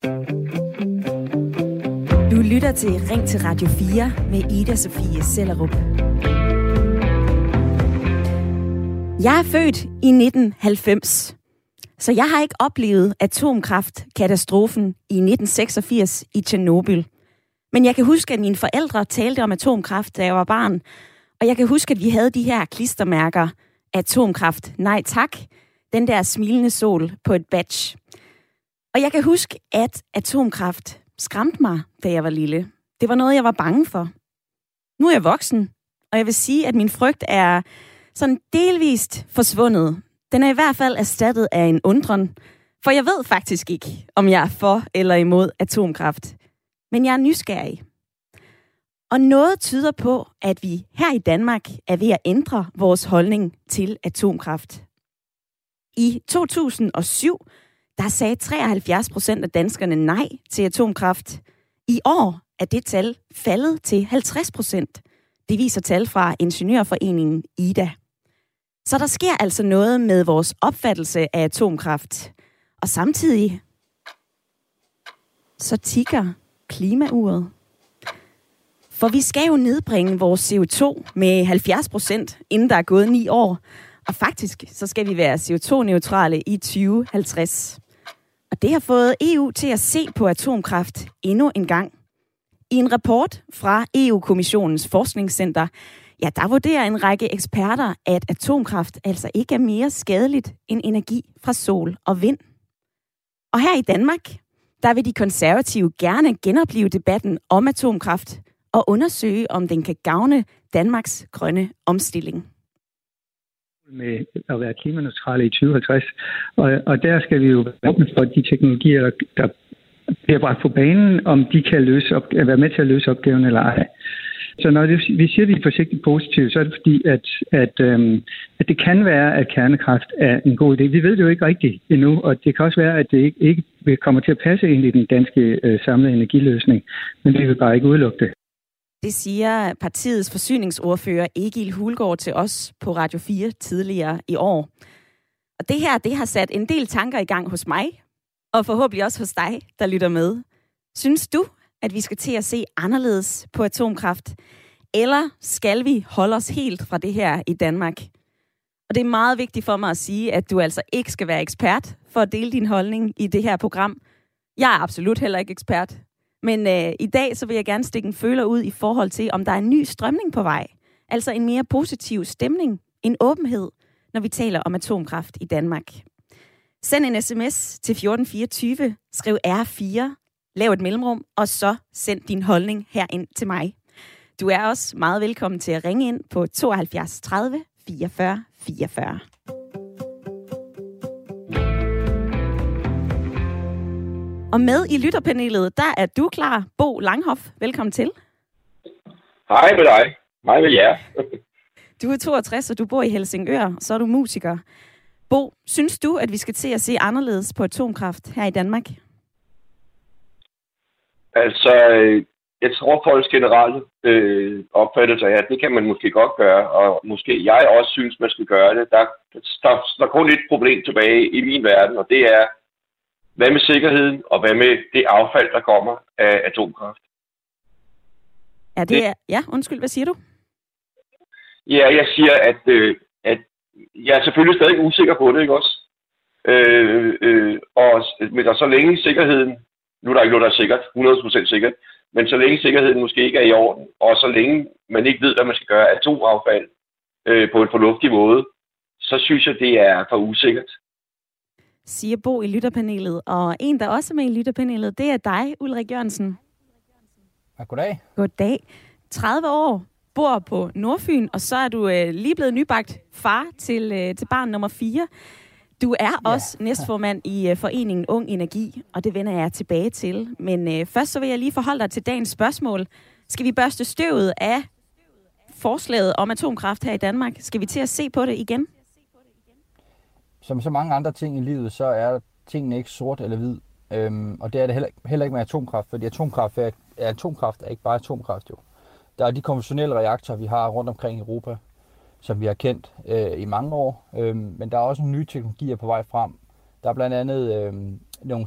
Du lytter til Ring til Radio 4 med Ida Sofie Sellerup. Jeg er født i 1990, så jeg har ikke oplevet atomkraftkatastrofen i 1986 i Tjernobyl. Men jeg kan huske, at mine forældre talte om atomkraft, da jeg var barn. Og jeg kan huske, at vi havde de her klistermærker. Atomkraft, nej tak. Den der smilende sol på et badge. Og jeg kan huske, at atomkraft skræmte mig, da jeg var lille. Det var noget, jeg var bange for. Nu er jeg voksen, og jeg vil sige, at min frygt er sådan delvist forsvundet. Den er i hvert fald erstattet af en undren, for jeg ved faktisk ikke, om jeg er for eller imod atomkraft. Men jeg er nysgerrig. Og noget tyder på, at vi her i Danmark er ved at ændre vores holdning til atomkraft. I 2007, der sagde 73% af danskerne nej til atomkraft. I år er det tal faldet til 50%. Det viser tal fra Ingeniørforeningen IDA. Så der sker altså noget med vores opfattelse af atomkraft. Og samtidig så tikker klimauret. For vi skal jo nedbringe vores CO2 med 70%, inden der er gået 9 år. Og faktisk så skal vi være CO2-neutrale i 2050. Og det har fået EU til at se på atomkraft endnu en gang. I en rapport fra EU-kommissionens forskningscenter, ja, der vurderer en række eksperter, at atomkraft altså ikke er mere skadeligt end energi fra sol og vind. Og her i Danmark, der vil de konservative gerne genopleve debatten om atomkraft og undersøge, om den kan gavne Danmarks grønne omstilling. Med at være klimaneutrale i 2050, og der skal vi jo være åbne for de teknologier, der bliver bragt på banen, om de kan være med til at løse opgaven eller ej. Så når vi siger, at vi er forsigtigt positive, så er det fordi, at det kan være, at kernekraft er en god idé. Vi ved det jo ikke rigtigt endnu, og det kan også være, at det ikke kommer til at passe ind i den danske samlede energiløsning, men vi vil bare ikke udelukke det. Det siger partiets forsyningsordfører Egil Hulgaard til os på Radio 4 tidligere i år. Og det her, det har sat en del tanker i gang hos mig, og forhåbentlig også hos dig, der lytter med. Synes du, at vi skal til at se anderledes på atomkraft? Eller skal vi holde os helt fra det her i Danmark? Og det er meget vigtigt for mig at sige, at du altså ikke skal være ekspert for at dele din holdning i det her program. Jeg er absolut heller ikke ekspert. Men i dag så vil jeg gerne stikke en føler ud i forhold til, om der er en ny strømning på vej. Altså en mere positiv stemning, en åbenhed, når vi taler om atomkraft i Danmark. Send en sms til 1424, skriv R4, lav et mellemrum, og så send din holdning herind til mig. Du er også meget velkommen til at ringe ind på 72 30 44 44. Og med i lytterpanelet, der er du klar, Bo Langhoff. Velkommen til. Hej med dig. Hej med jer. Du er 62, og du bor i Helsingør, så er du musiker. Bo, synes du, at vi skal til at se anderledes på atomkraft her i Danmark? Altså, jeg tror folks generelle opfattelse af, at det kan man måske godt gøre, og måske jeg også synes, man skal gøre det. Der er kun et problem tilbage i min verden, og det er, hvad med sikkerheden, og hvad med det affald, der kommer af atomkraft? Ja, undskyld, hvad siger du? Ja, jeg siger, at jeg er selvfølgelig stadig usikker på det, ikke også? Men der så længe sikkerheden, nu er der ikke noget, der er sikkert, 100% sikkert, men så længe sikkerheden måske ikke er i orden, og så længe man ikke ved, hvad man skal gøre af atomaffald på en fornuftig måde, så synes jeg, det er for usikkert. Siger Bo i lytterpanelet. Og en, der også er med i lytterpanelet, det er dig, Ulrik Jørgensen. Ja, goddag. Goddag. 30 år, bor på Nordfyn, og så er du lige blevet nybagt far til barn nummer 4. Du er også næstformand i foreningen Ung Energi, og det vender jeg tilbage til. Men først så vil jeg lige forholde dig til dagens spørgsmål. Skal vi børste støvet af forslaget om atomkraft her i Danmark? Skal vi til at se på det igen? Som så mange andre ting i livet, så er tingene ikke sort eller hvid. Og det er det heller ikke med atomkraft, fordi atomkraft er ikke bare atomkraft jo. Der er de konventionelle reaktorer, vi har rundt omkring i Europa, som vi har kendt i mange år. Men der er også nogle nye teknologier på vej frem. Der er blandt andet nogle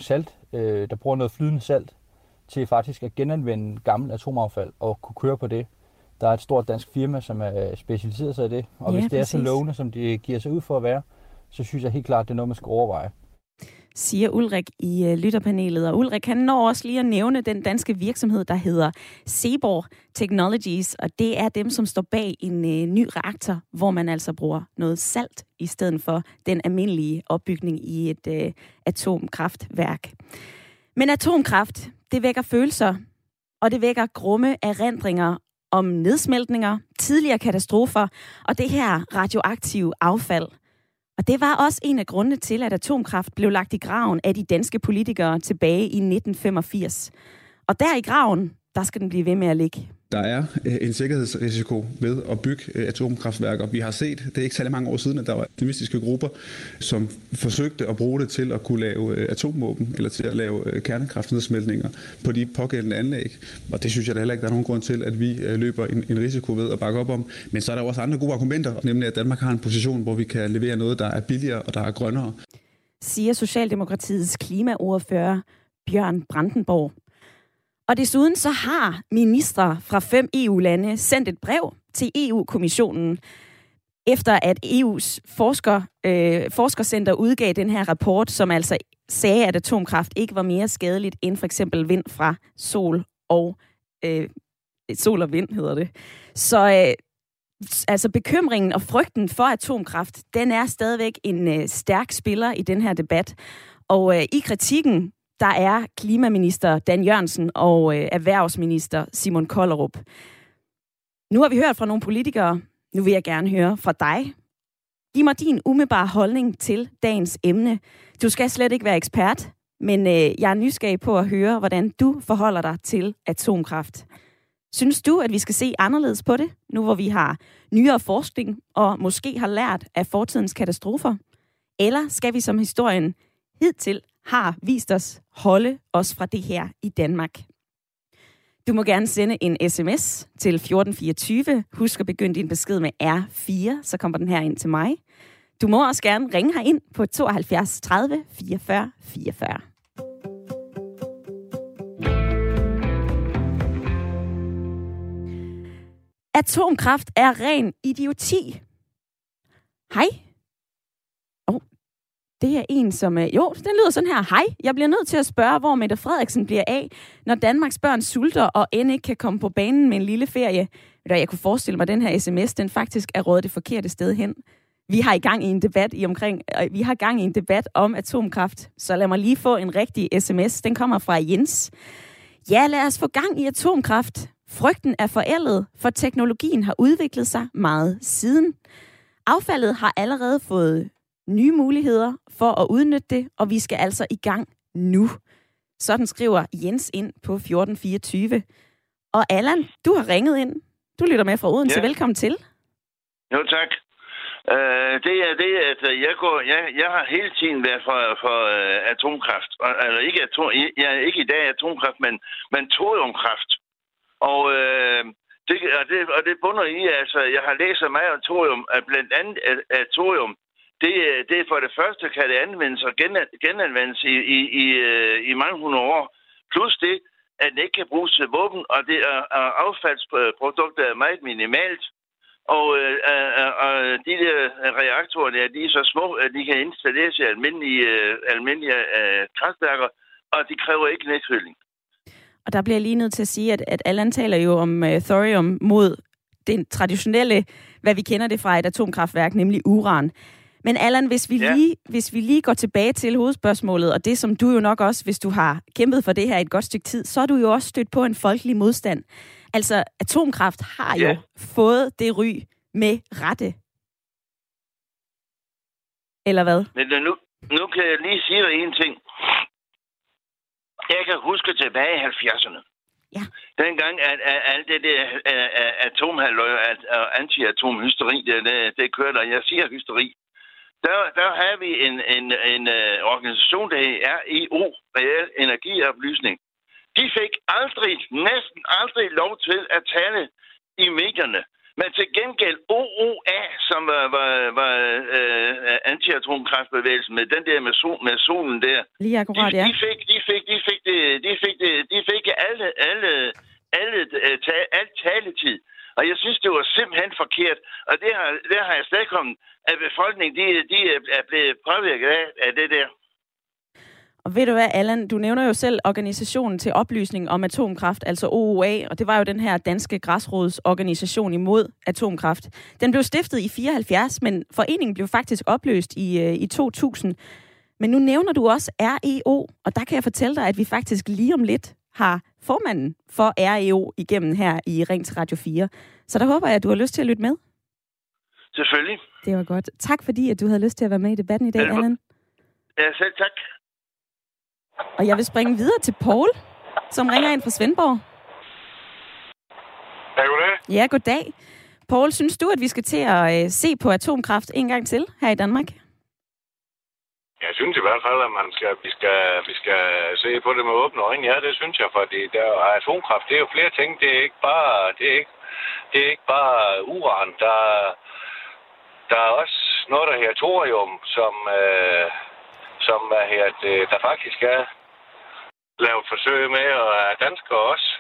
der bruger noget flydende salt til faktisk at genanvende gammelt atomaffald og kunne køre på det. Der er et stort dansk firma, som er specialiseret sig i det, og hvis det er så lovende, som det giver sig ud for at være, så synes jeg helt klart, at det er noget, man skal overveje. Siger Ulrik i lytterpanelet. Og Ulrik, han når også lige at nævne den danske virksomhed, der hedder Seaborg Technologies, og det er dem, som står bag en ny reaktor, hvor man altså bruger noget salt i stedet for den almindelige opbygning i et atomkraftværk. Men atomkraft, det vækker følelser, og det vækker grumme erindringer om nedsmeltninger, tidligere katastrofer og det her radioaktive affald. Og det var også en af grundene til, at atomkraft blev lagt i graven af de danske politikere tilbage i 1985. Og der i graven, der skal den blive ved med at ligge. Der er en sikkerhedsrisiko ved at bygge atomkraftværker. Vi har set, det er ikke særlig mange år siden, at der var aktivistiske grupper, som forsøgte at bruge det til at kunne lave atomvåben, eller til at lave kernekraftnedsmeltninger på de pågældende anlæg. Og det synes jeg da heller ikke, der er nogen grund til, at vi løber en risiko ved at bakke op om. Men så er der også andre gode argumenter, nemlig at Danmark har en position, hvor vi kan levere noget, der er billigere og der er grønnere. Siger Socialdemokratiets klimaordfører Bjørn Brandenborg. Og desuden så har ministre fra 5 EU-lande sendt et brev til EU-kommissionen, efter at EU's forskercenter udgav den her rapport, som altså sagde, at atomkraft ikke var mere skadeligt end for eksempel vind fra sol og vind, hedder det. Så altså bekymringen og frygten for atomkraft, den er stadigvæk en stærk spiller i den her debat. Og i kritikken, der er klimaminister Dan Jørgensen og erhvervsminister Simon Kollerup. Nu har vi hørt fra nogle politikere. Nu vil jeg gerne høre fra dig. Giv mig din umiddelbare holdning til dagens emne. Du skal slet ikke være ekspert, men jeg er nysgerrig på at høre, hvordan du forholder dig til atomkraft. Synes du, at vi skal se anderledes på det, nu hvor vi har nyere forskning og måske har lært af fortidens katastrofer? Eller skal vi, som historien hidtil har vist os, holde os fra det her i Danmark? Du må gerne sende en sms til 1424. Husk at begynde din besked med R4, så kommer den her ind til mig. Du må også gerne ringe herind på 72 30 44 44. Atomkraft er ren idioti. Hej. Det er en, som... den lyder sådan her. Hej, jeg bliver nødt til at spørge, hvor Mette Frederiksen bliver af, når Danmarks børn sulter og end ikke kan komme på banen med en lille ferie. Jeg kunne forestille mig, at den her sms, den faktisk er rådet det forkerte sted hen. Vi har gang i en debat om atomkraft, så lad mig lige få en rigtig sms. Den kommer fra Jens. Ja, lad os få gang i atomkraft. Frygten er forældet, for teknologien har udviklet sig meget siden. Affaldet har allerede fået nye muligheder for at udnytte det, og vi skal altså i gang nu. Sådan skriver Jens ind på 1424. Og Allan, du har ringet ind. Du lytter med fra Odense. Ja. Velkommen til. Jo, tak. Det er det, at jeg har hele tiden været for atomkraft. Eller jeg er ikke i dag atomkraft, men thoriumkraft. Og det bunder i, altså, jeg har læst meget om thorium, at blandt andet at thorium, det for det første kan det anvendes og genanvendes i mange hundrede år. Plus det, at det ikke kan bruges til våben, og det affaldsprodukter er meget minimalt. Og de der reaktorer der, de er så små, at de kan installeres i almindelige kraftværker, og de kræver ikke nedkøling. Og der bliver jeg lige nødt til at sige, at Allan taler jo om thorium mod den traditionelle, hvad vi kender det fra et atomkraftværk, nemlig uran. Men Allan, hvis vi lige går tilbage til hovedspørgsmålet, og det som du jo nok også, hvis du har kæmpet for det her et godt stykke tid, så er du jo også stødt på en folkelig modstand. Altså, atomkraft har jo fået det ry med rette. Eller hvad? Men nu kan jeg lige sige dig en ting. Jeg kan huske tilbage i 70'erne. Ja. Dengang, at alt det der atomhalløj og anti-atomhysteri, det kørte, og jeg siger hysteri. Der havde vi en organisation, der hedder REO, Reel Energioplysning. De fik næsten aldrig lov til at tale i medierne. Men til gengæld OOA, som var anti-atomkraftbevægelsen med den der med solen der. Lige akkurat, ja. De fik alt taletid. Og jeg synes, det var simpelthen forkert. Og det har jeg stadig kommet, at befolkningen de er blevet påvirket af det der. Og ved du hvad, Allan, du nævner jo selv Organisationen til Oplysning om Atomkraft, altså OOA, og det var jo den her danske græsrodsorganisation imod atomkraft. Den blev stiftet i 74, men foreningen blev faktisk opløst i 2000. Men nu nævner du også REO, og der kan jeg fortælle dig, at vi faktisk lige om lidt har formanden for REO igennem her i Ring til Radio 4. Så der håber jeg, at du har lyst til at lytte med. Selvfølgelig. Det var godt. Tak fordi, at du havde lyst til at være med i debatten i dag, Allan. Ja, selv tak. Og jeg vil springe videre til Poul, som ringer ind fra Svendborg. Ja, goddag. Ja, goddag. Poul, synes du, at vi skal til at se på atomkraft en gang til her i Danmark? Jeg synes i hvert fald, at vi skal se på det med åbne øjne. Ja, det synes jeg, fordi atomkraft, det er jo flere ting. Det er ikke bare uran. Der er også noget, der hedder thorium, som der faktisk er lavet forsøg med, og er danskere også,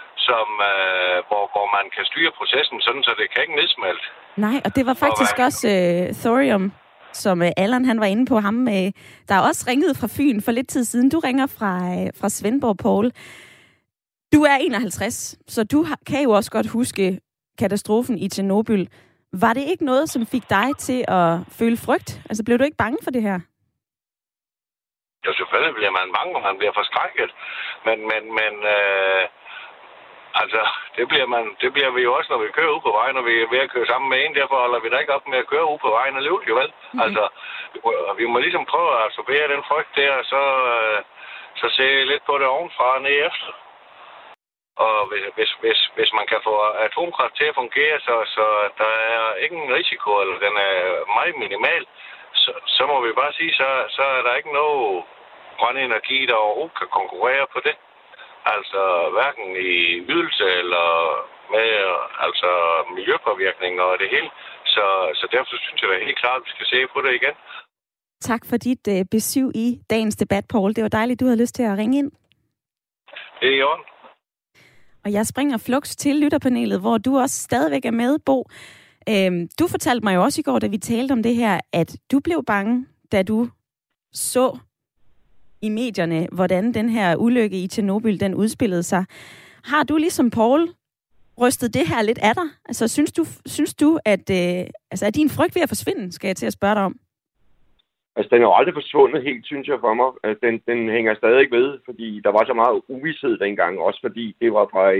hvor man kan styre processen sådan, så det kan ikke nedsmelte. Nej, og det var faktisk også thorium, som Allan han var inde på ham. Der er også ringet fra Fyn for lidt tid siden. Du ringer fra Svendborg, Poul. Du er 51, så du kan jo også godt huske katastrofen i Tjernobyl. Var det ikke noget, som fik dig til at føle frygt? Altså, blev du ikke bange for det her? Jo, selvfølgelig bliver man bange, og man bliver forskrækket. Men altså, det bliver vi jo også, når vi kører ud på vejen, når vi er ved at køre sammen med en. Derfor holder vi da ikke op med at køre ud på vejen alligevel, jo vel? Mm-hmm. Altså, vi må ligesom prøve at absorbere den frygt der, og så se lidt på det ovenfra og ned efter. Og hvis man kan få atomkraft til at fungere, så der er ingen risiko, eller den er meget minimal, så må vi bare sige, så er der ikke noget grøn energi, der overhovedet kan konkurrere på det. Altså hverken i ydelse eller med altså miljøpåvirkning og det hele. Så derfor synes jeg da helt klart, at vi skal se på det igen. Tak for dit besøg i dagens debat, Poul. Det var dejligt, du havde lyst til at ringe ind. Det er i orden. Og jeg springer fluks til lytterpanelet, hvor du også stadigvæk er med, Bo. Du fortalte mig jo også i går, da vi talte om det her, at du blev bange, da du så i medierne, hvordan den her ulykke i Tjernobyl, den udspillede sig. Har du ligesom Poul rystet det her lidt af dig? Altså, synes du at er din frygt ved at forsvinde, skal jeg til at spørge dig om? Altså, den er jo aldrig forsvundet helt, synes jeg for mig. Altså, den hænger stadig ved, fordi der var så meget uvished dengang, også fordi det var fra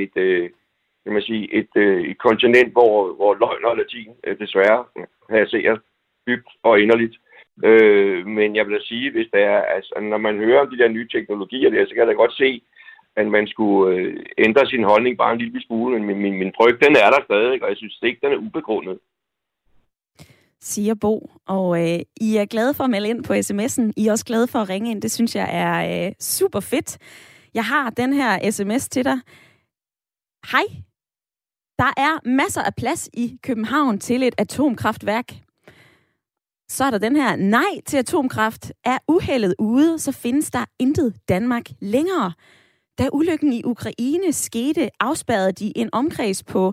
et kontinent, hvor løgn og latin desværre passerer dybt og inderligt. Men jeg vil da sige, hvis det er, altså, når man hører om de der nye teknologier der, så kan jeg da godt se, at man skulle ændre sin holdning bare en lille smule. Men min frygt, den er der stadig, og jeg synes ikke, den er ubegrundet. Siger Bo, og I er glade for at melde ind på sms'en. I er også glade for at ringe ind. Det synes jeg er super fedt. Jeg har den her sms til dig. Hej. Der er masser af plads i København til et atomkraftværk. Så er der den her, nej til atomkraft. Er uheldet ude, så findes der intet Danmark længere. Da ulykken i Ukraine skete, afspærrede de en omkreds på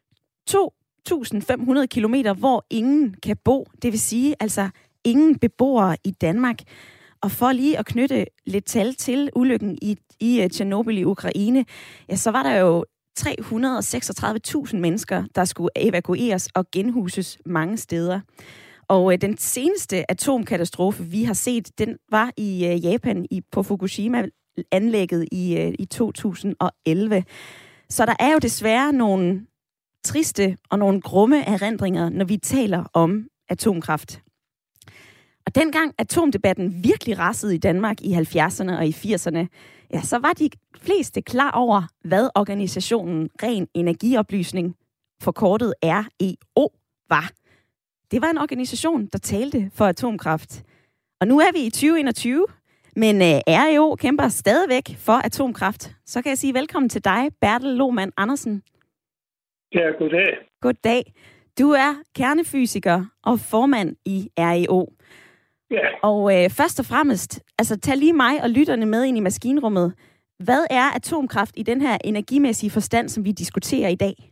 2.500 kilometer, hvor ingen kan bo. Det vil sige, altså ingen beboere i Danmark. Og for lige at knytte lidt tal til ulykken i Tjernobyl i Ukraine, ja, så var der jo 336.000 mennesker, der skulle evakueres og genhuses mange steder. Og den seneste atomkatastrofe, vi har set, den var i Japan på Fukushima-anlægget i 2011. Så der er jo desværre nogle triste og nogle grumme erindringer, når vi taler om atomkraft. Og dengang atomdebatten virkelig rasede i Danmark i 70'erne og i 80'erne, ja, så var de fleste klar over, hvad organisationen Ren Energioplysning, forkortet REO, var. Det var en organisation, der talte for atomkraft. Og nu er vi i 2021, men REO kæmper stadigvæk for atomkraft. Så kan jeg sige velkommen til dig, Bertel Lohmann Andersen. Ja, goddag. Goddag. Du er kernefysiker og formand i REO. Ja. Og først og fremmest, altså tag lige mig og lytterne med ind i maskinrummet. Hvad er atomkraft i den her energimæssige forstand, som vi diskuterer i dag?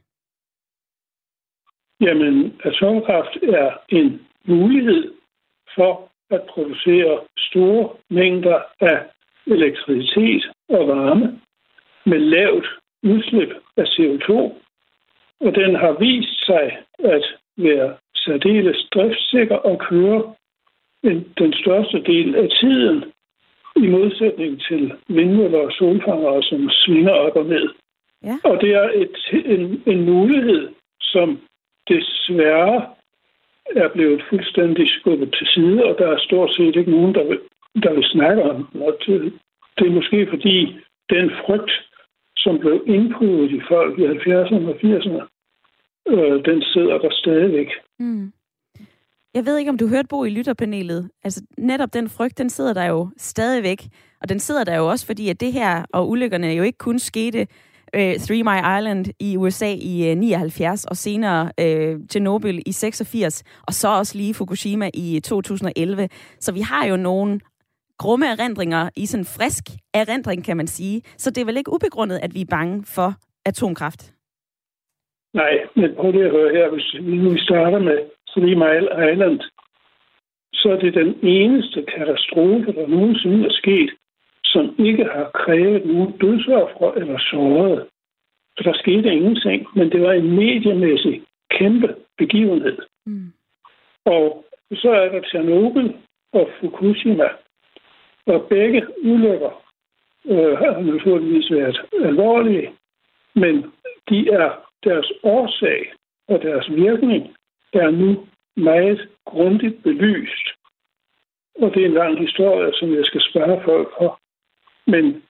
Jamen, atomkraft er en mulighed for at producere store mængder af elektricitet og varme med lavt udslip af CO2, og den har vist sig at være særdeles driftssikker og køre den største del af tiden, i modsætning til vindmøller og solfangere, som svinger op og ned. Ja. Og det er en mulighed, som desværre er blevet fuldstændig skubbet til side, og der er stort set ikke nogen, der vil snakke om den. Og det er måske fordi den frygt, som blev indpuddet i folk i 70'erne og 80'erne, den sidder der stadigvæk. Mm. Jeg ved ikke, om du hørte Bo i lytterpanelet. Altså netop den frygt, den sidder der jo stadigvæk. Og den sidder der jo også, fordi at det her og ulykkerne jo ikke kun skete 3 Mile Island i USA i 79, og senere Chernobyl i 86, og så også lige Fukushima i 2011. Så vi har jo nogle grumme erindringer i sådan frisk erindring, kan man sige. Så det er vel ikke ubegrundet, at vi er bange for atomkraft? Nej, men prøv lige at høre her. Hvis vi nu starter med 3 Mile Island, så er det den eneste katastrofe, der nogensinde er sket, som ikke har krævet nogen dødsofre eller sårede. For der skete ingenting, men det var en mediemæssig kæmpe begivenhed. Mm. Og så er der Chernobyl og Fukushima. Og begge ulykker har naturligvis været alvorlige, men deres årsag og deres virkning er nu meget grundigt belyst. Og det er en lang historie, som jeg skal spørge folk for. Men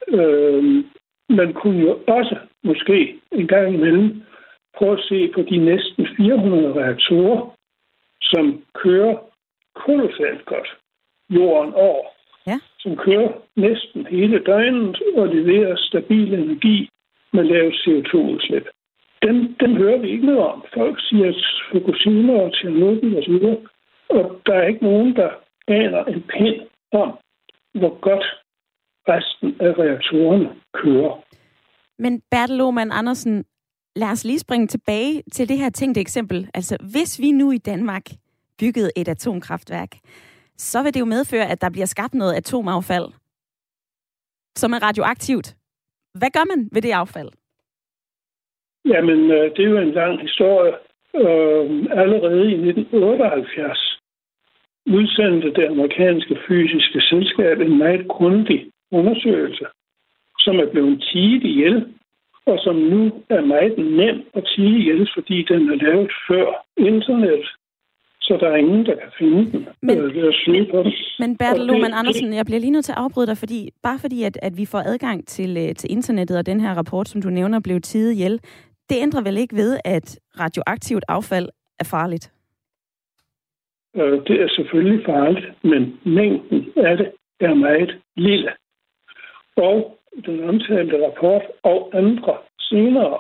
man kunne jo også måske en gang imellem prøve at se på de næsten 400 reaktorer, som kører kolossalt godt jorden over. Ja. Som kører næsten hele døgnet og leverer stabil energi med lavt CO2-udslip. Dem hører vi ikke noget om. Folk siger, at Fukushima og Chernobyl osv., og der er ikke nogen, der aner en pind om, hvor godt resten af reaktorerne kører. Men Bertel Lohmann Andersen, lad os lige springe tilbage til det her tænkte eksempel. Altså, hvis vi nu i Danmark byggede et atomkraftværk, så vil det jo medføre, at der bliver skabt noget atomaffald, som er radioaktivt. Hvad gør man ved det affald? Jamen, det er jo en lang historie. Allerede i 1978 udsendte det amerikanske fysiske selskab en meget grundig undersøgelse, som er blevet tiet ihjel, og som nu er meget nem at tie ihjel, fordi den er lavet før internet. Så der er ingen, der kan finde den. Men Bertel Lohmann Andersen, jeg bliver lige nødt til at afbryde dig, fordi at vi får adgang til internettet, og den her rapport, som du nævner, blev tiet ihjel, det ændrer vel ikke ved, at radioaktivt affald er farligt? Det er selvfølgelig farligt, men mængden af det er meget lille. Og den omtalte rapport og andre senere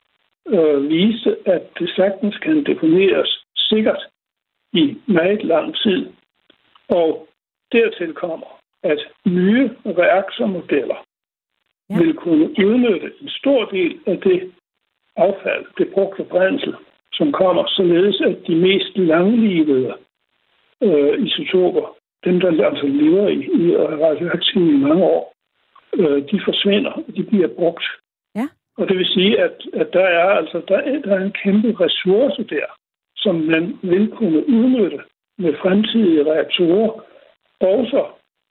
viste, at det sagtens kan deponeres sikkert i meget lang tid. Og dertil kommer, at nye reaktormodeller vil kunne udnytte en stor del af det affald, det brugte brændsel, som kommer, således at de mest langlivede isotoper, dem der altså lever i radioaktive i mange år, de forsvinder, og de bliver brugt. Ja. Og det vil sige, at der er en kæmpe ressource der, som man vil kunne udnytte med fremtidige reaktorer, også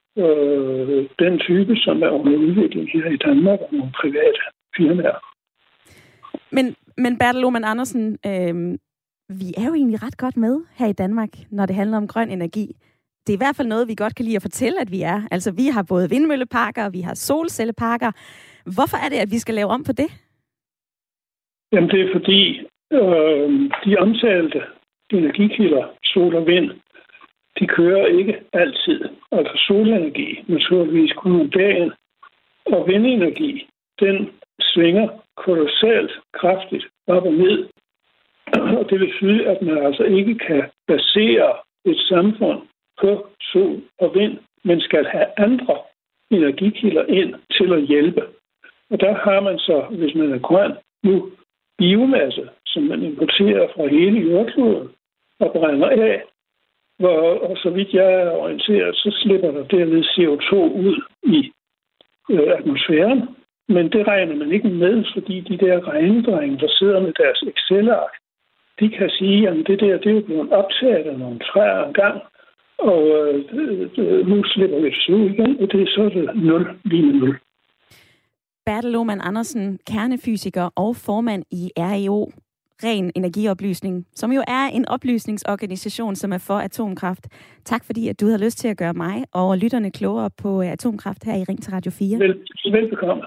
den type, som er under udvikling her i Danmark og nogle private firmaer. Men Bertel Lohmann Andersen, vi er jo egentlig ret godt med her i Danmark, når det handler om grøn energi. Det er i hvert fald noget, vi godt kan lide at fortælle, at vi er. Altså, vi har både vindmølleparker, og vi har solcelleparker. Hvorfor er det, at vi skal lave om på det? Jamen, det er fordi, de omtalte energikilder, sol og vind, de kører ikke altid. Altså solenergi, naturligvis kun om dagen, og vindenergi, den svinger kolossalt kraftigt op og ned Og det vil sige, at man altså ikke kan basere et samfund på sol og vind, men skal have andre energikilder ind til at hjælpe. Og der har man så, hvis man er grøn, nu biomasse, som man importerer fra hele jordkloden og brænder af. Og så vidt jeg er orienteret, så slipper der derved CO2 ud i atmosfæren. Men det regner man ikke med, fordi de der regnedrenge, der sidder med deres Excel-ark, de kan sige, at det der, det er jo blevet optaget af nogle træer engang, og nu slipper vi det ud igen, og det er så det 0 lige med 0. Bertel Lohmann Andersen, kernefysiker og formand i REO, Ren Energioplysning, som jo er en oplysningsorganisation, som er for atomkraft. Tak fordi, at du havde lyst til at gøre mig og lytterne klogere på atomkraft her i Ring til Radio 4. Velbekomme.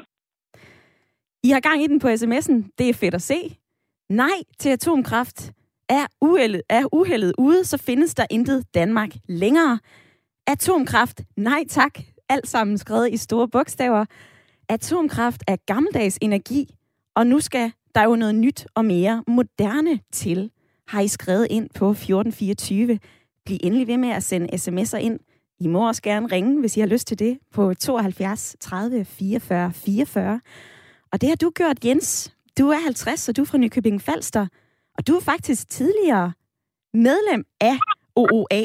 I har gang i den på sms'en. Det er fedt at se. Nej til atomkraft. Er uheldet ude, så findes der intet Danmark længere. Atomkraft. Nej tak. Alt sammen skrevet i store bogstaver. Atomkraft er gammeldags energi, og nu skal der jo noget nyt og mere moderne til, har I skrevet ind på 1424. Bliv endelig ved med at sende sms'er ind. I må også gerne ringe, hvis I har lyst til det, på 72 30 44 44. Og det har du gjort, Jens. Du er 50, og du er fra Nykøbing Falster. Og du er faktisk tidligere medlem af OOA.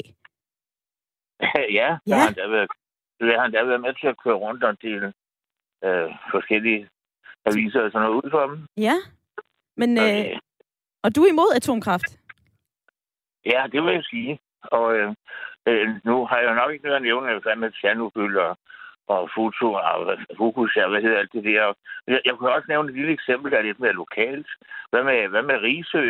Ja, jeg har endda været med til at køre rundt og dele forskellige aviser og sådan noget ud for dem. Ja, men og du er imod atomkraft? Ja, det vil jeg sige. Og nu har jeg jo nok ikke noget at nævne, hvad Tjernobyl og Fukushima, hvad hedder alt det der. Jeg kunne også nævne et lille eksempel, der er lidt mere lokalt. Hvad med Risø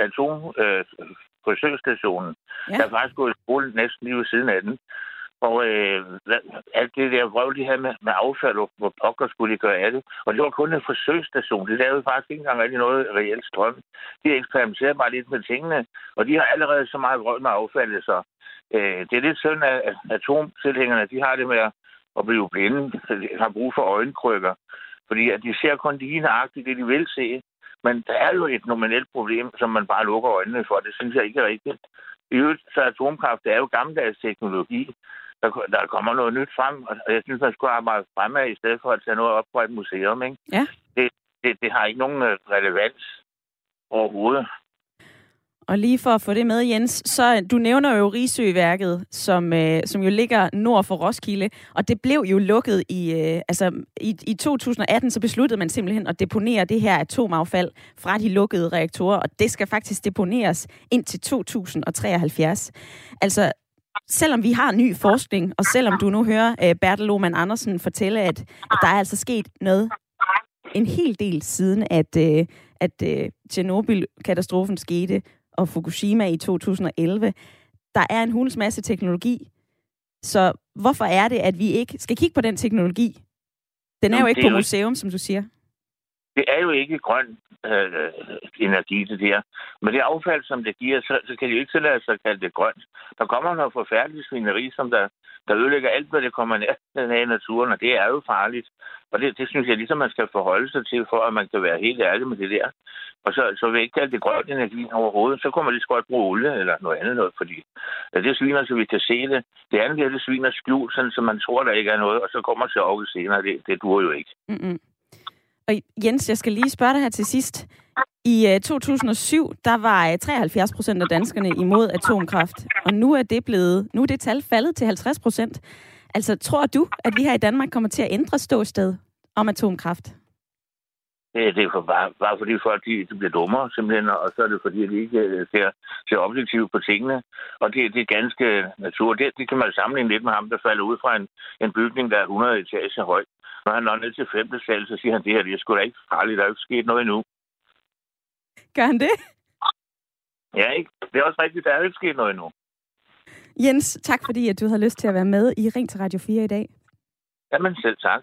forsøgsstationen? Ja. Der er faktisk gået i skole næsten lige ved siden af den. Og alt det der vrøvl, de havde med affald, hvor pokker skulle de gøre af det. Og det var kun en forsøgsstation. Det lavede faktisk ikke engang rigtig noget reelt strøm. De eksperimenterede bare lidt med tingene, og de har allerede så meget vrøvl med affaldet, så det er lidt synd, at atomtilhængerne, de har det med at blive blinde. De har brug for øjenkrykker, fordi at de ser kun lige nøjagtigt det, de vil se. Men der er jo et nominelt problem, som man bare lukker øjnene for. Det synes jeg ikke er rigtigt. I øvrigt, så atomkraft er jo gammeldags teknologi. Der kommer noget nyt frem, og jeg synes, man skulle arbejde fremad i stedet for at tage noget op på et museum. Ikke? Ja. Det har ikke nogen relevans overhovedet. Og lige for at få det med, Jens, så du nævner jo Risøværket, som jo ligger nord for Roskilde, og det blev jo lukket i 2018, så besluttede man simpelthen at deponere det her atomaffald fra de lukkede reaktorer, og det skal faktisk deponeres indtil 2073. Altså, selvom vi har ny forskning, og selvom du nu hører Bertel Lohmann Andersen fortælle, at der er altså sket noget en hel del siden, at Tjernobyl-katastrofen skete, og Fukushima i 2011. Der er en hulens masse teknologi. Så hvorfor er det, at vi ikke skal kigge på den teknologi? Den er jo ikke på museum, som du siger. Det er jo ikke grøn energi, det der. Men det affald, som det giver, så kan det jo ikke tillade sig at kalde det grønt. Der kommer noget forfærdeligt svineri, som der ødelægger alt, hvad det kommer ned af naturen, og det er jo farligt. Og det synes jeg ligesom, man skal forholde sig til, for at man kan være helt ærlig med det der. Og så vil jeg ikke kalde det grøn energi overhovedet. Så kommer man lige så godt bruge olie eller noget andet noget, fordi det sviner, så vi kan se det. Det andet der, det sviner skjult, sådan, så man tror, der ikke er noget, og så kommer til at senere. Det duer jo ikke. Mm-mm. Og Jens, jeg skal lige spørge dig her til sidst. I 2007, der var 73% af danskerne imod atomkraft, og nu er det tal faldet til 50%. Altså, tror du, at vi her i Danmark kommer til at ændre ståsted om atomkraft? Det er bare fordi folk de bliver dummere, simpelthen, og så er det fordi, at de ikke ser objektivt på tingene. Og det er ganske naturligt. Det kan man sammenligne lidt med ham, der falder ud fra en bygning, der er 100 etager høj. Når han når ned til 5. sal, så siger han, det her det er sgu da ikke farligt, der er jo ikke sket noget endnu. Gør han det? Ja, ikke? Det er også rigtigt, der er jo ikke sket noget endnu. Jens, tak fordi at du havde lyst til at være med i Ring til Radio 4 i dag. Jamen selv tak.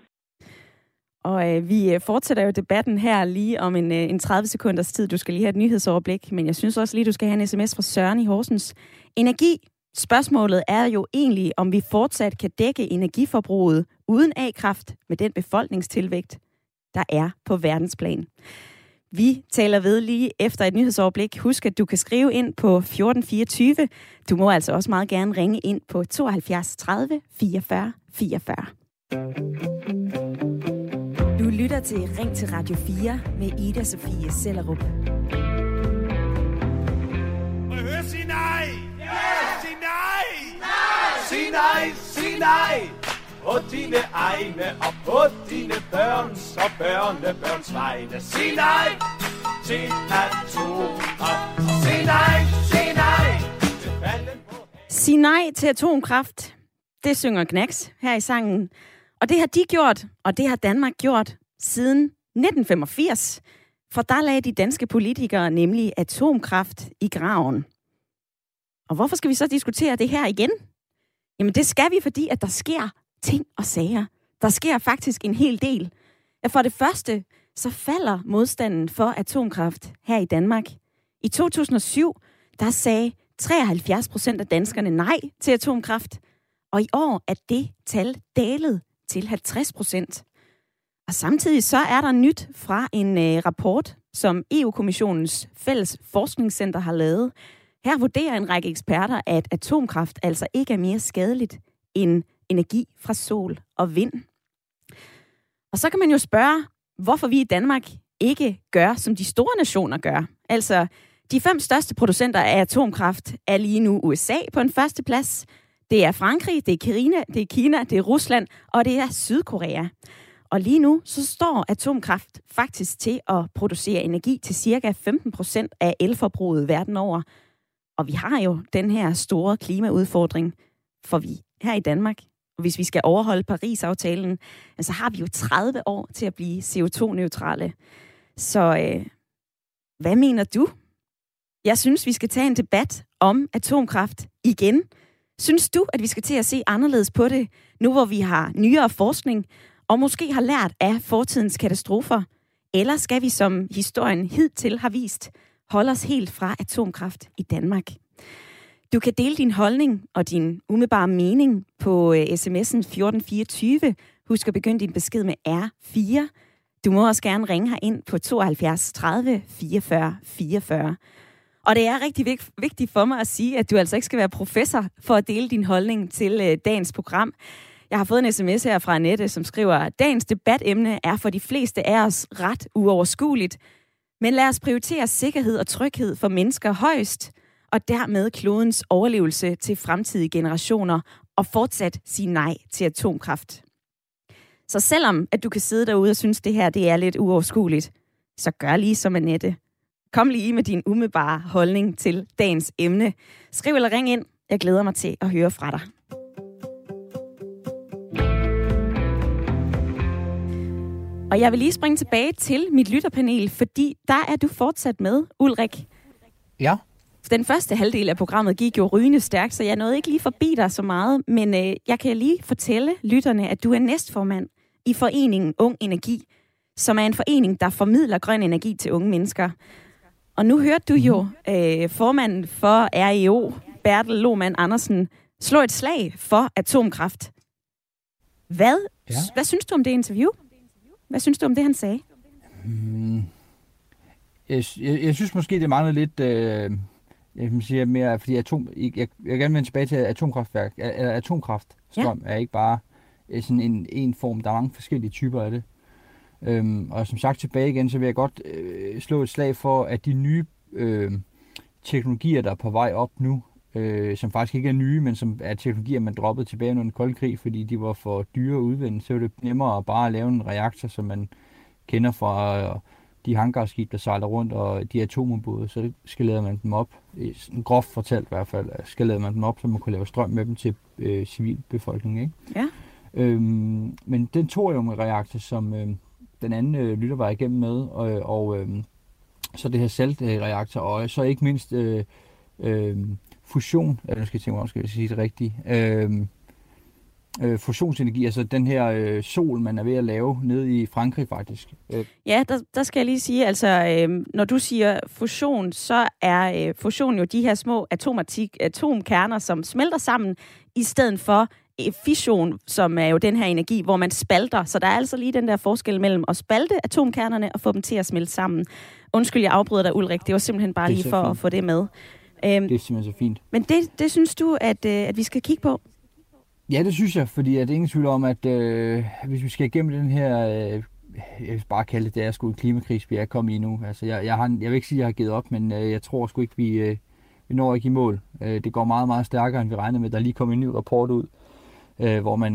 Og vi fortsætter jo debatten her lige om en 30 sekunders tid. Du skal lige have et nyhedsoverblik, men jeg synes også lige, du skal have en sms fra Søren i Horsens. Energi. Spørgsmålet er jo egentlig, om vi fortsat kan dække energiforbruget uden A-kraft med den befolkningstilvægt, der er på verdensplan. Vi taler ved lige efter et nyhedsoverblik. Husk, at du kan skrive ind på 1424. Du må altså også meget gerne ringe ind på 72 30 44 44. Du lytter til Ring til Radio 4 med Ida Sofie Sellerup. Må jeg høre sige nej? Ja! Sig nej! Nej! Sig nej! Sig nej! På dine egne og på dine børns og børnebørns vegne. Sig nej til atomkraft. Sig nej, sig nej. Sig nej til atomkraft. Det synger Knacks her i sangen. Og det har de gjort, og det har Danmark gjort siden 1985. For der lagde de danske politikere nemlig atomkraft i graven. Og hvorfor skal vi så diskutere det her igen? Jamen det skal vi, fordi at der sker ting og sager. Der sker faktisk en hel del. For det første, så falder modstanden for atomkraft her i Danmark. I 2007, der sagde 73% af danskerne nej til atomkraft. Og i år er det tal dalet til 50%. Og samtidig så er der nyt fra en rapport, som EU-kommissionens fælles forskningscenter har lavet. Her vurderer en række eksperter, at atomkraft altså ikke er mere skadeligt end energi fra sol og vind. Og så kan man jo spørge, hvorfor vi i Danmark ikke gør, som de store nationer gør. Altså, de 5 største producenter af atomkraft er lige nu USA på en første plads. Det er Frankrig, det er Kina, det er Rusland, og det er Sydkorea. Og lige nu, så står atomkraft faktisk til at producere energi til ca. 15% af elforbruget verden over. Og vi har jo den her store klimaudfordring, for vi her i Danmark, og hvis vi skal overholde Paris-aftalen, så har vi jo 30 år til at blive CO2-neutrale. Så hvad mener du? Jeg synes, vi skal tage en debat om atomkraft igen. Synes du, at vi skal til at se anderledes på det, nu hvor vi har nyere forskning, og måske har lært af fortidens katastrofer? Eller skal vi, som historien hidtil har vist, holde os helt fra atomkraft i Danmark? Du kan dele din holdning og din umiddelbare mening på sms'en 1424. Husk at begynde din besked med R4. Du må også gerne ringe her ind på 72 30 44 44. Og det er rigtig vigtigt for mig at sige, at du altså ikke skal være professor for at dele din holdning til dagens program. Jeg har fået en sms her fra Annette, som skriver, at dagens debatemne er for de fleste af os ret uoverskueligt. Men lad os prioritere sikkerhed og tryghed for mennesker højst, og dermed klodens overlevelse til fremtidige generationer, og fortsat sige nej til atomkraft. Så selvom at du kan sidde derude og synes, det her det er lidt uoverskueligt, så gør lige som Annette. Kom lige med din umiddelbare holdning til dagens emne. Skriv eller ring ind. Jeg glæder mig til at høre fra dig. Og jeg vil lige springe tilbage til mit lytterpanel, fordi der er du fortsat med, Ulrik. Ja. Den første halvdel af programmet gik jo rygende stærkt, så jeg nåede ikke lige forbi dig så meget. Men jeg kan lige fortælle lytterne, at du er næstformand i foreningen Ung Energi, som er en forening, der formidler grøn energi til unge mennesker. Og nu hørte du jo formanden for REO, Bertel Lohmann Andersen, slå et slag for atomkraft. Hvad synes du om det interview? Hvad synes du om det, han sagde? Jeg synes måske, det mangler lidt... jeg kan sige mere, fordi jeg gerne vende tilbage til atomkraftværk. Atomkraftstrøm er ikke bare sådan en form. Der er mange forskellige typer af det. Og som sagt tilbage igen, så vil jeg godt slå et slag for, at de nye teknologier, der er på vej op nu, som faktisk ikke er nye, men som er teknologier, man droppede tilbage under den kolde krig, fordi de var for dyre at udvinde, så er det nemmere bare at lave en reaktor, som man kender fra de hangarskib, der sejler rundt, og de atomubåde, så skalader man dem op, groft fortalt i hvert fald, skalader man dem op, så man kunne lave strøm med dem til civilbefolkningen, ikke? Ja. Men den thoriumreaktor, som den anden lytter var igennem med, og så det her saltreaktor, og så ikke mindst fusion, nu skal jeg tænke mig, skal jeg sige det rigtigt, fusionsenergi, altså den her sol, man er ved at lave nede i Frankrig faktisk. Ja, der skal jeg lige sige, altså når du siger fusion, så er fusion jo de her små atomkerner, som smelter sammen, i stedet for fission, som er jo den her energi, hvor man spalter. Så der er altså lige den der forskel mellem at spalte atomkernerne og få dem til at smelte sammen. Undskyld, jeg afbryder dig, Ulrik. Det var simpelthen bare lige for at få det med. Det er simpelthen så fint. Men det synes du, at vi skal kigge på? Ja, det synes jeg, fordi at det er ingen tvivl om, at hvis vi skal igennem den her, jeg vil bare kalde det er sgu en klimakrise, vi er kommet i nu. Altså, jeg vil ikke sige, at jeg har givet op, men jeg tror sgu ikke, vi når ikke i mål. Det går meget, meget stærkere, end vi regnede med. Der lige kom en ny rapport ud, hvor man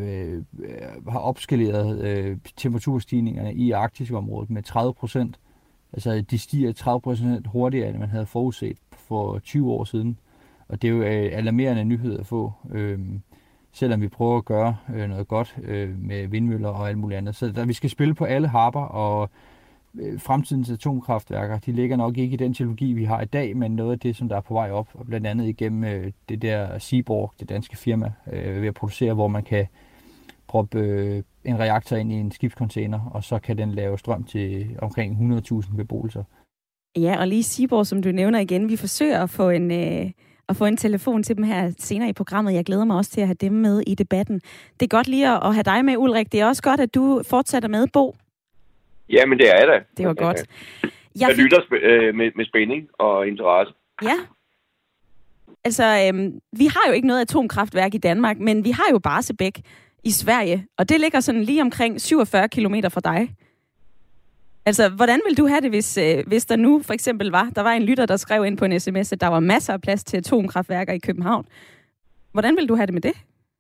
har opskaleret temperaturstigningerne i arktiske området med 30%. Altså, de stiger 30% hurtigere, end man havde forudset for 20 år siden. Og det er jo alarmerende nyheder at få, selvom vi prøver at gøre noget godt med vindmøller og alt muligt andet. Så vi skal spille på alle harper, og fremtidens atomkraftværker, de ligger nok ikke i den teknologi, vi har i dag, men noget af det, som der er på vej op, og blandt andet igennem det der Seaborg, det danske firma, ved at producere, hvor man kan proppe en reaktor ind i en skibscontainer, og så kan den lave strøm til omkring 100.000 beboelser. Ja, og lige Seaborg, som du nævner igen, vi forsøger at få en telefon til dem her senere i programmet. Jeg glæder mig også til at have dem med i debatten. Det er godt lige at have dig med, Ulrik. Det er også godt, at du fortsætter med, Bo. Jamen, det er jeg da. Det var godt. Jeg lytter med spænding og interesse. Ja. Altså, vi har jo ikke noget atomkraftværk i Danmark, men vi har jo Barsebäck i Sverige, og det ligger sådan lige omkring 47 kilometer fra dig. Altså, hvordan vil du have det, hvis der nu for eksempel der var en lytter, der skrev ind på en sms, at der var masser af plads til atomkraftværker i København? Hvordan vil du have det med det?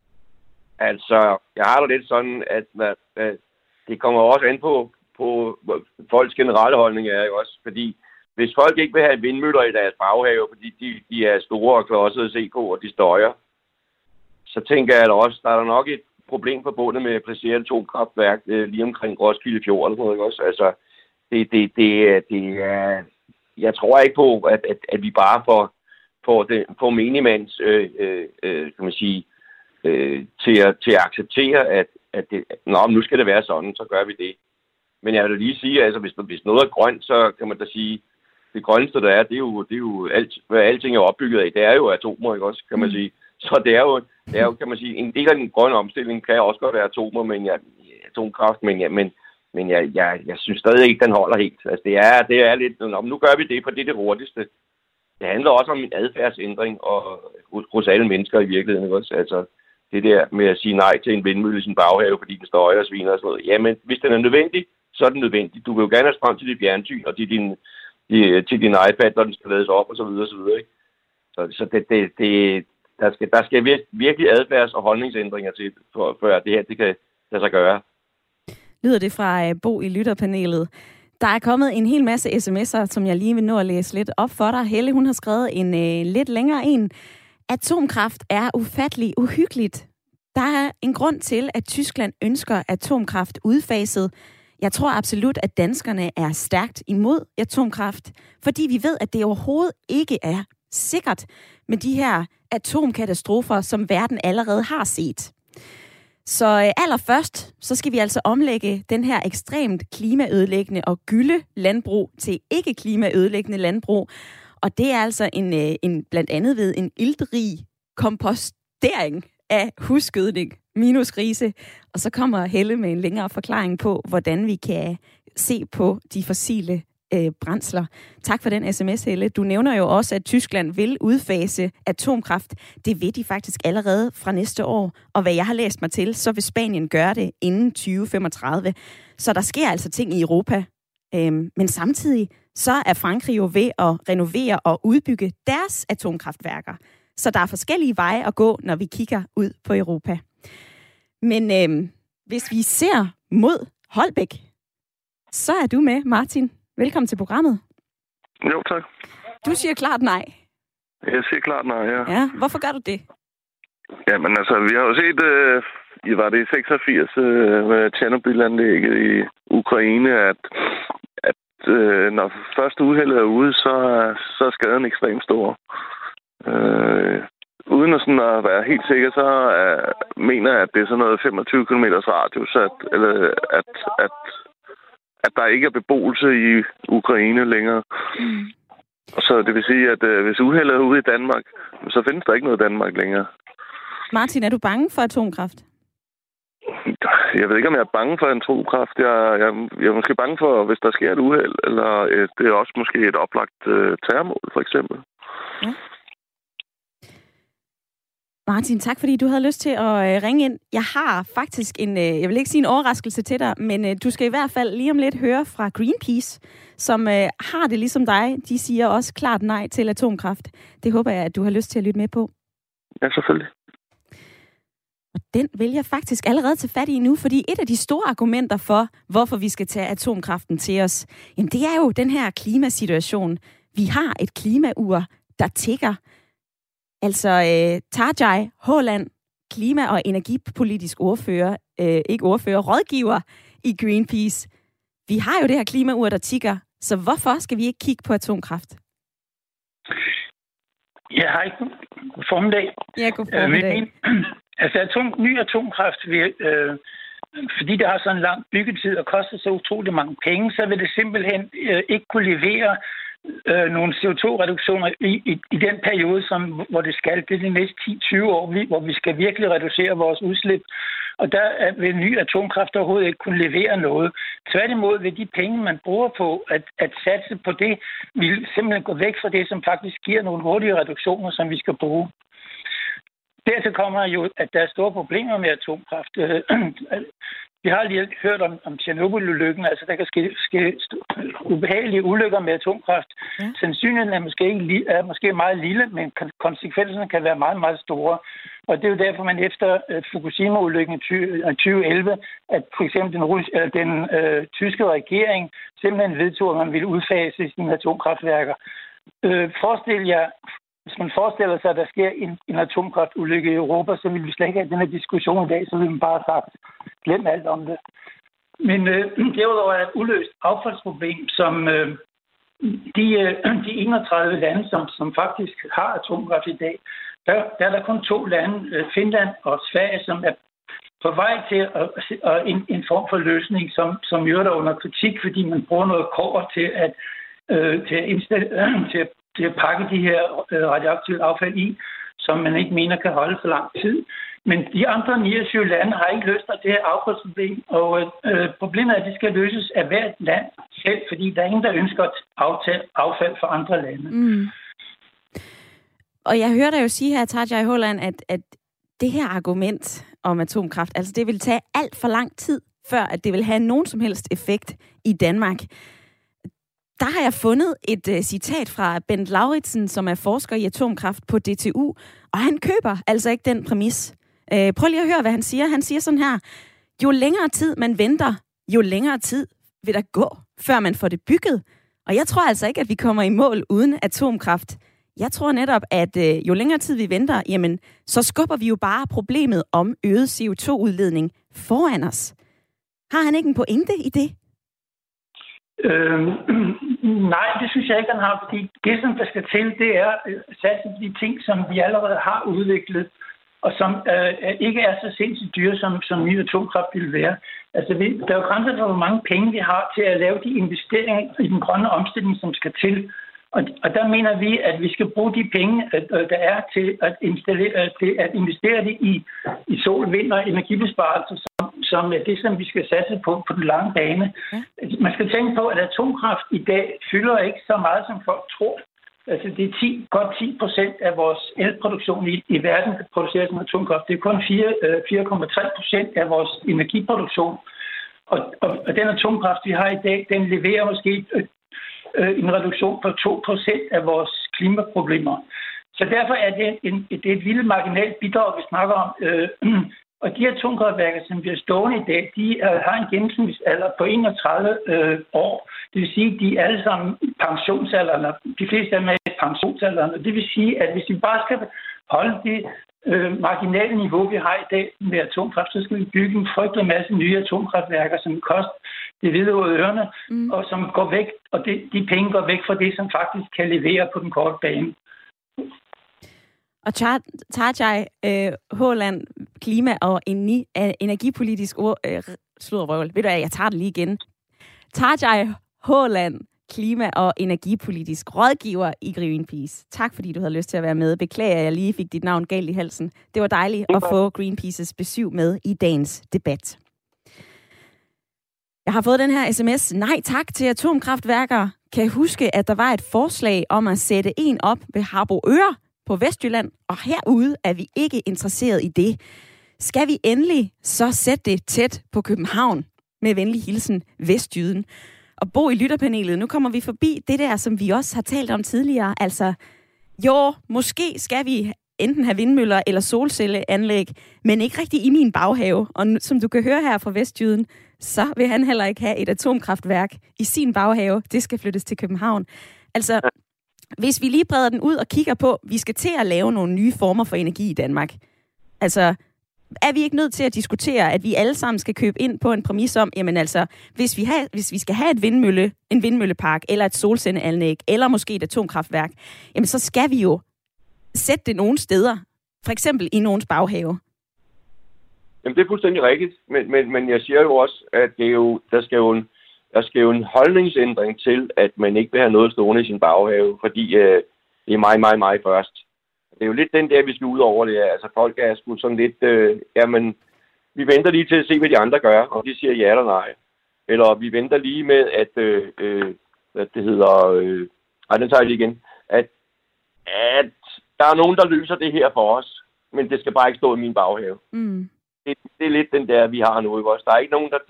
Altså, jeg har da lidt sådan, at det kommer også an på folks generelle holdning er jo også, fordi hvis folk ikke vil have vindmøller i deres baghave, fordi de er store og klodsede at se på, og de støjer, så tænker jeg da også, der er der nok et problem forbundet med at placere et atomkraftværk lige omkring Roskilde Fjord eller noget, ikke også? Altså, det er, jeg tror ikke på, at vi bare får minimands, kan man sige, til at acceptere, at nu skal det være sådan, så gør vi det. Men jeg vil lige sige, altså hvis noget er grønt, så kan man da sige, det grønneste der er, det er jo alt, hvad alting er opbygget af, det er jo atomer, ikke også, kan man sige. Så det er jo, kan man sige, en del af den grønne omstilling kan også godt være atomer, atomkraft, men jeg synes stadig ikke, den holder helt. Altså det er lidt, nu gør vi det, for det er det hurtigste. Det handler også om en adfærdsændring hos alle mennesker i virkeligheden, ikke også? Altså det der med at sige nej til en vindmølle i sin baghave, fordi den støjer og sviner og sådan noget. Jamen, hvis den er nødvendig, så er den nødvendig. Du vil jo gerne have strøm til dit fjernsyn og til din iPad, når den skal lades op og så videre, ikke? Så der skal virkelig adfærds- og holdningsændringer til, før det her det kan lade sig gøre. Lyder det fra Bo i lytterpanelet. Der er kommet en hel masse sms'er, som jeg lige vil nå at læse lidt op for dig. Helle, hun har skrevet en lidt længere en. Atomkraft er ufattelig uhyggeligt. Der er en grund til, at Tyskland ønsker atomkraft udfaset. Jeg tror absolut, at danskerne er stærkt imod atomkraft, fordi vi ved, at det overhovedet ikke er sikkert med de her atomkatastrofer, som verden allerede har set. Så allerførst, så skal vi altså omlægge den her ekstremt klimaødelæggende og gylde landbrug til ikke klimaødelæggende landbrug. Og det er altså blandt andet ved en iltrig kompostering af husgødning minus grise. Og så kommer Helle med en længere forklaring på, hvordan vi kan se på de fossile brændsler. Tak for den sms, Helle. Du nævner jo også, at Tyskland vil udfase atomkraft. Det vil de faktisk allerede fra næste år. Og hvad jeg har læst mig til, så vil Spanien gøre det inden 2035. Så der sker altså ting i Europa. Men samtidig så er Frankrig jo ved at renovere og udbygge deres atomkraftværker. Så der er forskellige veje at gå, når vi kigger ud på Europa. Men hvis vi ser mod Holbæk, så er du med, Martin. Velkommen til programmet. Jo, tak. Du siger klart nej. Jeg siger klart nej, ja. Ja, hvorfor gør du det? Jamen altså, vi har jo set, var det i 86 med Tjernobyl-anlægget i Ukraine, at når første uheldet er ude, så er skaden ekstremt stor. Uden at være helt sikker, så mener jeg, at det er sådan noget 25 km radius, at der ikke er beboelse i Ukraine længere. Så det vil sige, at hvis uheldet er ude i Danmark, så findes der ikke noget Danmark længere. Martin, er du bange for atomkraft? Jeg ved ikke, om jeg er bange for atomkraft. Jeg er måske bange for, hvis der sker et uheld, eller det er også måske et oplagt terrormål, for eksempel. Ja. Martin, tak fordi du havde lyst til at ringe ind. Jeg har faktisk jeg vil ikke sige en overraskelse til dig, men du skal i hvert fald lige om lidt høre fra Greenpeace, som har det ligesom dig. De siger også klart nej til atomkraft. Det håber jeg, at du har lyst til at lytte med på. Ja, selvfølgelig. Og den vil jeg faktisk allerede tage fat i nu, fordi et af de store argumenter for, hvorfor vi skal tage atomkraften til os, jamen det er jo den her klimasituation. Vi har et klimaur, der tikker. Altså Tarjei Håland, klima- og energipolitisk rådgiver i Greenpeace. Vi har jo det her klimaur, der tikker, så hvorfor skal vi ikke kigge på atomkraft? Jeg har ikke god formiddag. Ja, god formiddag. Altså ny atomkraft, fordi det har så en lang byggetid og koster så utrolig mange penge, så vil det simpelthen ikke kunne levere nogle CO2-reduktioner i den periode, hvor det skal. Det er de næste 10-20 år, hvor vi skal virkelig reducere vores udslip. Og der vil ny atomkraft overhovedet ikke kunne levere noget. Tværtimod vil de penge, man bruger på at satse på det, vil simpelthen gå væk fra det, som faktisk giver nogle hurtige reduktioner, som vi skal bruge. Dertil kommer jo, at der er store problemer med atomkraft. Vi har lige hørt om Tjernobyl-ulykken, altså der kan ske ubehagelige ulykker med atomkraft. Ja. Sandsynligheden er måske meget lille, men konsekvenserne kan være meget, meget store. Og det er jo derfor, man efter Fukushima-ulykken i 2011, at for eksempel den tyske regering simpelthen vedtog, at man ville udfase sine atomkraftværker. Hvis man forestiller sig, at der sker en atomkraftulykke i Europa, så vil vi slet ikke have den her diskussion i dag, så vil man bare sagt, glem alt om det. Men derudover er et uløst affaldsproblem, som de 31 lande, som faktisk har atomkraft i dag, der er der kun 2 lande, Finland og Sverige, som er på vej til en form for løsning, som gør der under kritik, fordi man bruger noget kobber til at pakke de her radioaktive affald i, som man ikke mener kan holde for lang tid. Men de andre 29 lande har ikke løst det her affaldsproblem, og problemet er, at det skal løses af hvert land selv, fordi der er ingen, der ønsker at aftage affald fra andre lande. Mm. Og jeg hører dig jo sige her, Tarjei Håland, at det her argument om atomkraft, altså det vil tage alt for lang tid, før at det vil have nogen som helst effekt i Danmark. Der har jeg fundet et citat fra Bent Lauritsen, som er forsker i atomkraft på DTU, og han køber altså ikke den præmis. Prøv lige at høre, hvad han siger. Han siger sådan her: jo længere tid man venter, jo længere tid vil der gå, før man får det bygget. Og jeg tror altså ikke, at vi kommer i mål uden atomkraft. Jeg tror netop, at jo længere tid vi venter, jamen, så skubber vi jo bare problemet om øget CO2-udledning foran os. Har han ikke en pointe i det? Nej, det synes jeg ikke, han har, fordi det, som der skal til, det er satse på de ting, som vi allerede har udviklet, og som ikke er så sindssygt dyre, som ny atomkraft vil være. Altså, der er jo grænser for, hvor mange penge vi har til at lave de investeringer i den grønne omstilling, som skal til. Og der mener vi, at vi skal bruge de penge, der er til at investere det i sol, vind og energibesparelser, som er det, som vi skal satse på den lange bane. Ja. Man skal tænke på, at atomkraft i dag fylder ikke så meget, som folk tror. Altså det er godt 10% af vores elproduktion i verden, der produceres med atomkraft. Det er kun 4,3% af vores energiproduktion. Og den atomkraft, vi har i dag, den leverer måske en reduktion på 2% af vores klimaproblemer. Så derfor er det et lille marginalt bidrag, vi snakker om. Og de atomkraftværker, som bliver stående i dag, de har en gennemsnitsalder på 31 år. Det vil sige, at de er alle sammen pensionsalderen. De fleste af dem er i pensionsalderen. Og det vil sige, at hvis vi bare skal holde det marginale niveau, vi har i dag med atomkraft, så skal vi bygge en frygtelig masse nye atomkraftværker, som koster det hvide ud af ørerne, og som går væk, og de penge går væk fra det, som faktisk kan levere på den korte bane. Og Tarjei Håland, klima- og energipolitisk sludderrøvel. Ved du hvad, jeg tager det lige igen. Tarjei Håland, klima- og energipolitisk rådgiver i Greenpeace. Tak fordi du havde lyst til at være med. Beklager, at jeg lige fik dit navn galt i halsen. Det var dejligt at få Greenpeaces besøg med i dagens debat. Jeg har fået den her sms. Nej tak til atomkraftværker. Kan huske, at der var et forslag om at sætte en op ved Harboøre på Vestjylland, og herude er vi ikke interesseret i det. Skal vi endelig så sætte det tæt på København? Med venlig hilsen, Vestjyden. Og Bo i lytterpanelet, nu kommer vi forbi det der, som vi også har talt om tidligere. Altså, jo, måske skal vi enten have vindmøller eller solcelleanlæg, men ikke rigtig i min baghave. Og som du kan høre her fra Vestjyden, så vil han heller ikke have et atomkraftværk i sin baghave. Det skal flyttes til København. Altså, hvis vi lige breder den ud og kigger på, vi skal til at lave nogle nye former for energi i Danmark. Altså, er vi ikke nødt til at diskutere, at vi alle sammen skal købe ind på en præmis om, jamen altså, hvis vi skal have en vindmøllepark, eller et solcelleanlæg, eller måske et atomkraftværk, jamen så skal vi jo sætte det nogle steder. For eksempel i nogens baghave. Jamen, det er fuldstændig rigtigt. Men jeg siger jo også, at der skal jo en holdningsændring til, at man ikke vil have noget stående i sin baghave, fordi det er mig først. Det er jo lidt den der, vi skal ud over det. Altså, folk er sgu sådan lidt, jamen, vi venter lige til at se, hvad de andre gør, og de siger ja eller nej. Eller vi venter lige med, at, hvad det hedder, den tager jeg lige igen, at der er nogen, der løser det her for os, men det skal bare ikke stå i min baghave. Mm. Det er lidt den der, vi har nu, ikke også? Der er ikke nogen, der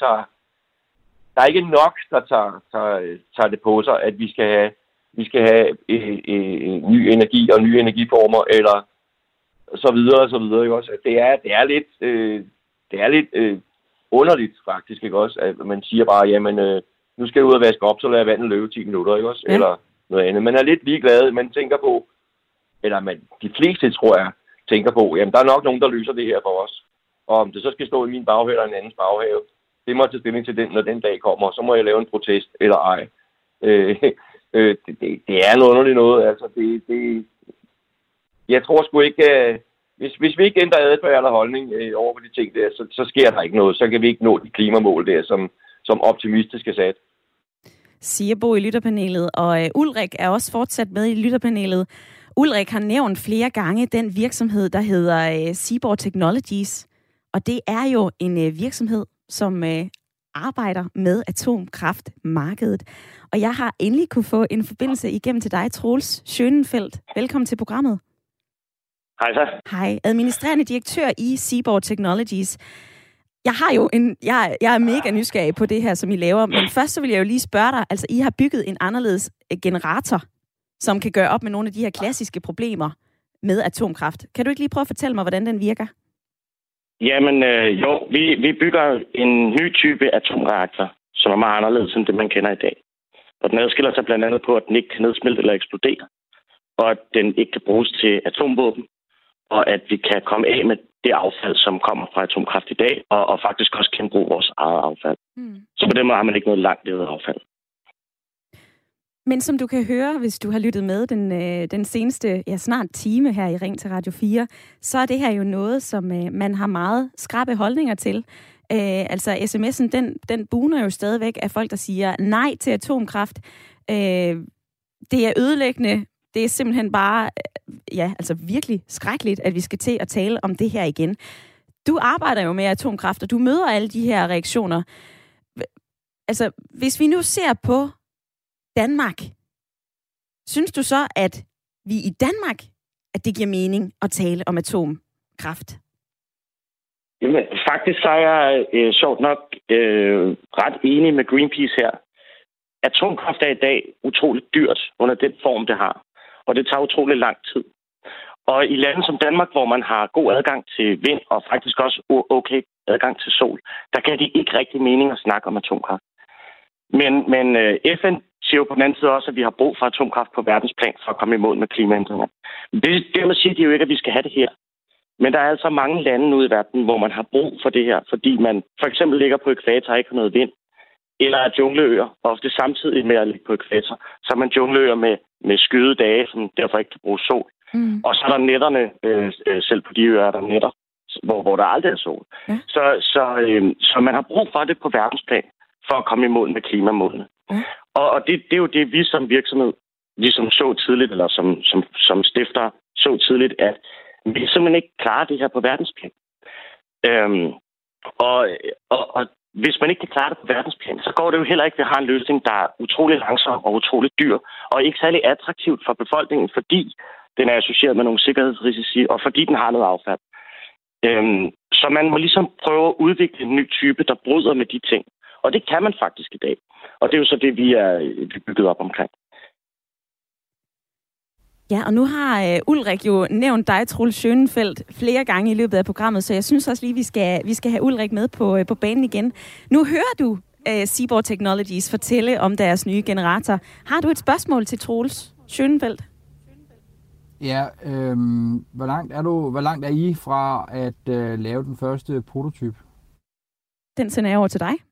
der er ikke nok, der tager det på sig, at vi skal have ny energi og nye energiformer, eller så videre, ikke også? Det er lidt underligt, faktisk, ikke også? At man siger bare, jamen, nu skal jeg ud og vaske op, så lader vandet løbe 10 minutter, ikke også? Ja. Eller noget andet. Man er lidt ligeglad, man tænker på, eller de fleste, tror jeg, tænker på, jamen, der er nok nogen, der løser det her for os. Og om det så skal stå i min baghave eller en andens baghave, det må jeg tage stilling til den, når den dag kommer. Så må jeg lave en protest, eller ej. Det er noget underligt noget. Altså, jeg tror sgu ikke, hvis vi ikke ændrer adfærd eller holdning over på de ting der, så sker der ikke noget. Så kan vi ikke nå de klimamål der, som optimistisk er sat. Siger Bo i lytterpanelet, og Ulrik er også fortsat med i lytterpanelet. Ulrik har nævnt flere gange den virksomhed, der hedder Seaborg Technologies. Og det er jo en virksomhed, som arbejder med atomkraftmarkedet. Og jeg har endelig kunne få en forbindelse igennem til dig, Troels Schönenfeldt. Velkommen til programmet. Hej så. Hej, administrerende direktør i Seaborg Technologies. Jeg er mega nysgerrig på det her, som I laver. Men først så vil jeg jo lige spørge dig, altså I har bygget en anderledes generator, som kan gøre op med nogle af de her klassiske problemer med atomkraft. Kan du ikke lige prøve at fortælle mig, hvordan den virker? Jamen, vi bygger en ny type atomreaktor, som er meget anderledes end det, man kender i dag. Og den adskiller sig blandt andet på, at den ikke kan nedsmelte eller eksplodere, og at den ikke kan bruges til atomvåben, og at vi kan komme af med det affald, som kommer fra atomkraft i dag, og faktisk også kan bruge vores eget affald. Mm. Så på den måde har man ikke noget langt levet affald. Men som du kan høre, hvis du har lyttet med den seneste, snart time her i Ring til Radio 4, så er det her jo noget, som man har meget skrappe holdninger til. Altså sms'en, den buner jo stadigvæk af folk, der siger nej til atomkraft. Det er ødelæggende. Det er simpelthen bare, virkelig skrækkeligt, at vi skal til at tale om det her igen. Du arbejder jo med atomkraft, og du møder alle de her reaktioner. Altså, hvis vi nu ser på Danmark, synes du så, at vi i Danmark, at det giver mening at tale om atomkraft? Jamen, faktisk så er jeg sjovt nok ret enig med Greenpeace her. Atomkraft er i dag utroligt dyrt under den form, det har. Og det tager utroligt lang tid. Og i lande som Danmark, hvor man har god adgang til vind, og faktisk også okay adgang til sol, der kan det ikke rigtig mening at snakke om atomkraft. Men FN siger jo på den anden side også, at vi har brug for atomkraft på verdensplan for at komme i mål med klimaændringer. Dermed siger de jo ikke, at vi skal have det her. Men der er altså mange lande ude i verden, hvor man har brug for det her, fordi man for eksempel ligger på ækvator og ikke har noget vind, eller er jungleøer, ofte samtidig med at ligge på ækvator, så er man jungleøer med skyede dage, som derfor ikke kan bruge sol. Mm. Og så er der netterne, selv på de øer er der netter, hvor der aldrig er sol. Ja. Så man har brug for det på verdensplan, for at komme i mål med klimamålene. Ja. Og det er jo det, vi som virksomhed ligesom så tidligt, eller som stifter så tidligt, at vi simpelthen ikke klarer det her på verdensplan. Og hvis man ikke kan klare det på verdensplan, så går det jo heller ikke, at vi har en løsning, der er utrolig langsom og utrolig dyr, og ikke særlig attraktivt for befolkningen, fordi den er associeret med nogle sikkerhedsrisici, og fordi den har noget affald. Så man må ligesom prøve at udvikle en ny type, der bryder med de ting. Og det kan man faktisk i dag. Og det er jo så det, vi er bygget op omkring. Ja, og nu har Ulrik jo nævnt dig, Troels Schönenfeldt, flere gange i løbet af programmet, så jeg synes også lige, vi skal have Ulrik med på banen igen. Nu hører du Seaborg Technologies fortælle om deres nye generator. Har du et spørgsmål til Troels Schönenfeldt? Ja, hvor langt er I fra at lave den første prototype? Den sender jeg over til dig.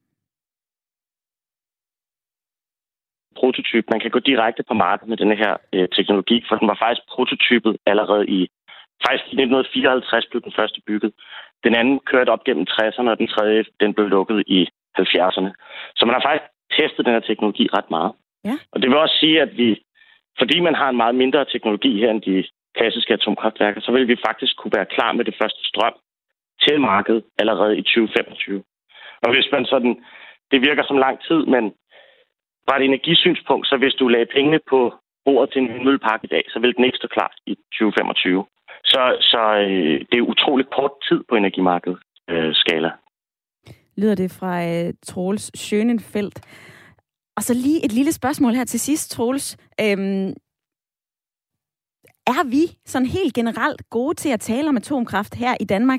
Prototype. Man kan gå direkte på markedet med denne her teknologi, for den var faktisk prototypet allerede i 1954 blev den første bygget. Den anden kørte op gennem 60'erne, og den tredje den blev lukket i 70'erne. Så man har faktisk testet den her teknologi ret meget. Ja. Og det vil også sige, at fordi man har en meget mindre teknologi her end de klassiske atomkraftværker, så vil vi faktisk kunne være klar med det første strøm til markedet allerede i 2025. Og hvis man sådan, det virker som lang tid, men fra et energisynspunkt, så hvis du lagde pengene på bordet til en vindmøllepark i dag, så vil den ikke stå klar i 2025. Så det er utroligt kort tid på energimarkedet skala. Lyder det fra Troels Schönenfeldt. Og så lige et lille spørgsmål her til sidst, Troels. Er vi sådan helt generelt gode til at tale om atomkraft her i Danmark?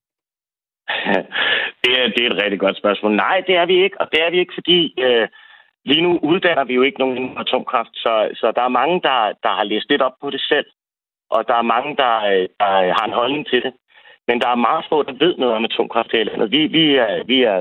Det er et rigtig godt spørgsmål. Nej, det er vi ikke. Og det er vi ikke, fordi lige nu uddanner vi jo ikke nogen atomkraft. Så der er mange, der har læst lidt op på det selv. Og der er mange, der har en holdning til det. Men der er meget få, der ved noget om atomkraft her i landet. Vi er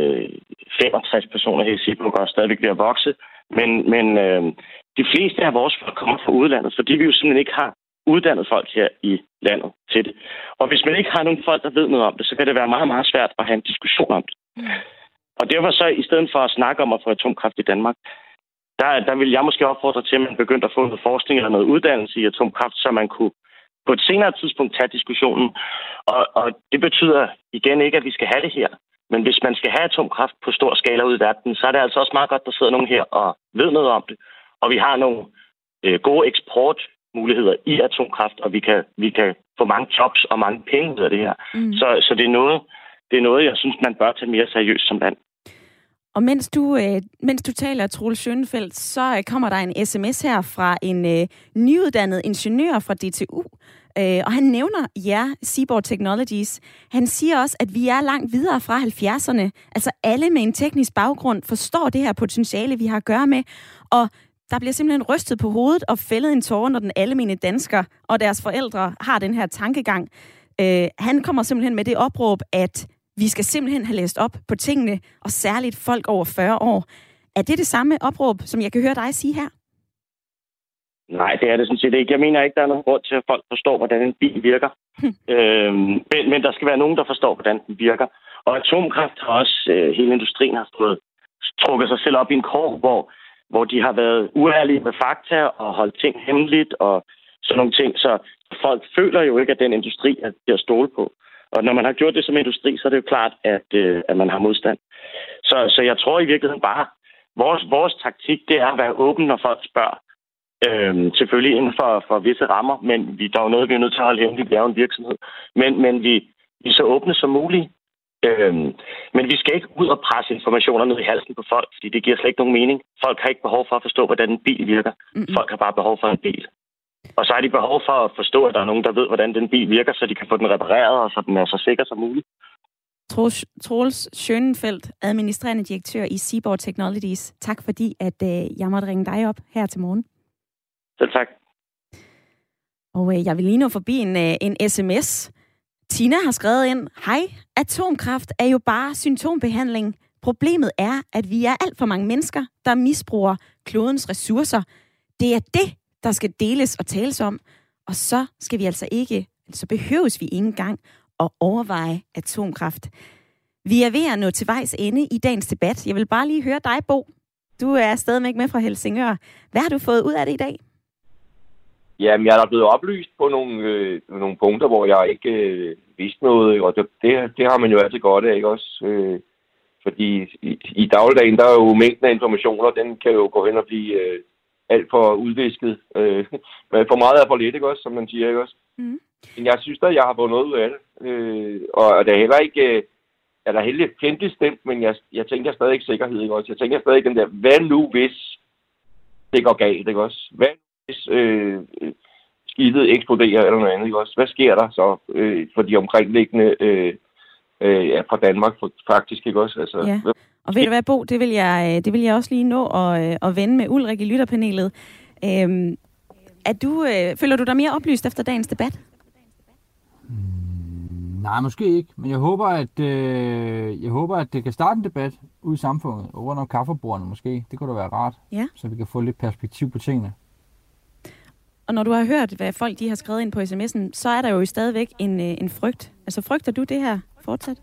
65 personer her i Seaborg og stadigvæk ved at vokse. Men de fleste af vores folk kommer fra udlandet, fordi vi jo simpelthen ikke har uddannet folk her i landet til det. Og hvis man ikke har nogen folk, der ved noget om det, så kan det være meget, meget svært at have en diskussion om det. Og derfor så, i stedet for at snakke om at få atomkraft i Danmark, der vil jeg måske opfordre til, at man begyndte at få noget forskning eller noget uddannelse i atomkraft, så man kunne på et senere tidspunkt tage diskussionen. Og det betyder igen ikke, at vi skal have det her. Men hvis man skal have atomkraft på stor skala ud i verden, så er det altså også meget godt, der sidder nogen her og ved noget om det. Og vi har nogle gode eksportmuligheder i atomkraft, og vi kan få mange jobs og mange penge ud af det her. Så det er noget, jeg synes, man bør tage mere seriøst som land. Og mens du taler, Troels Schönenfeldt, så kommer der en sms her fra en nyuddannet ingeniør fra DTU. Og han nævner Seaborg Technologies. Han siger også, at vi er langt videre fra 70'erne. Altså alle med en teknisk baggrund forstår det her potentiale, vi har at gøre med. Og der bliver simpelthen rystet på hovedet og fældet en tåre, når den almene dansker og deres forældre har den her tankegang. Han kommer simpelthen med det opråb, at vi skal simpelthen have læst op på tingene, og særligt folk over 40 år. Er det samme opråb, som jeg kan høre dig sige her? Nej, det er det sådan set ikke. Jeg mener ikke, der er nogen grund til, at folk forstår, hvordan en bil virker. Men der skal være nogen, der forstår, hvordan den virker. Og atomkraft har også, hele industrien har trukket sig selv op i en krog, hvor de har været uærlige med fakta og holdt ting hemmeligt og sådan nogle ting. Så folk føler jo ikke, at den industri er til at stole på. Og når man har gjort det som industri, så er det jo klart, at man har modstand. Så jeg tror i virkeligheden bare, vores taktik, det er at være åben, når folk spørger. Selvfølgelig inden for visse rammer, men der er jo noget, vi er nødt til at holde hemmeligt. Vi er jo en virksomhed. Men vi er så åbne som muligt. Men vi skal ikke ud og presse informationer ned i halsen på folk, fordi det giver slet ikke nogen mening. Folk har ikke behov for at forstå, hvordan en bil virker. Folk har bare behov for en bil. Og så har de behov for at forstå, at der er nogen, der ved, hvordan den bil virker, så de kan få den repareret, og så den er så sikker som muligt. Troels Schönenfeldt, administrerende direktør i Seaborg Technologies. Tak fordi, at jeg måtte ringe dig op her til morgen. Selv tak. Og jeg vil lige nå forbi en sms. Tina har skrevet ind: Hej, atomkraft er jo bare symptombehandling. Problemet er, at vi er alt for mange mennesker, der misbruger klodens ressourcer. Det er det, der skal deles og tales om. Og så skal vi så behøves vi ikke engang at overveje atomkraft. Vi er ved at nå til vejs ende i dagens debat. Jeg vil bare lige høre dig, Bo. Du er stadigvæk med fra Helsingør. Hvad har du fået ud af det i dag? Jamen, jeg er blevet oplyst på nogle punkter, hvor jeg ikke vidste noget, og det har man jo altid godt af, ikke også? Fordi i dagligdagen, der er jo mængden af informationer, den kan jo gå hen og blive alt for udvisket. For meget er for lidt, ikke også, som man siger, ikke også? Mm. Men jeg synes da, jeg har fået noget ud af det. Og det er heller ikke... er der heldig fjendtligt stemt, men jeg tænker stadig ikke sikkerhed, ikke også? Jeg tænker stadig den der, hvad nu hvis det går galt, ikke også? Hvad hvis skidtet eksploderer eller noget andet, ikke også? Hvad sker der så for de omkringliggende fra Danmark faktisk, ikke også? Altså, ja. Og ved du hvad, Bo, det vil jeg også lige nå at vende med Ulrik i lytterpanelet. Føler du dig mere oplyst efter dagens debat? Nej, måske ikke. Men jeg håber, at det kan starte en debat ude i samfundet, og rundt om kaffebordene måske. Det kunne da være rart, ja. Så vi kan få lidt perspektiv på tingene. Og når du har hørt, hvad folk de har skrevet ind på sms'en, så er der jo stadigvæk en frygt. Altså, frygter du det her fortsat?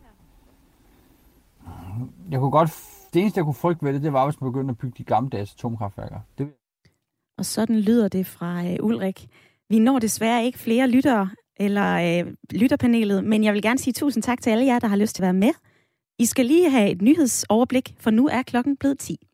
Det eneste, jeg kunne frygte ved det var, hvis man begyndte at bygge de gammeldags atomkraftværker. Og sådan lyder det fra Ulrik. Vi når desværre ikke flere lyttere eller lytterpanelet, men jeg vil gerne sige tusind tak til alle jer, der har lyst til at være med. I skal lige have et nyhedsoverblik, for nu er klokken blevet 10.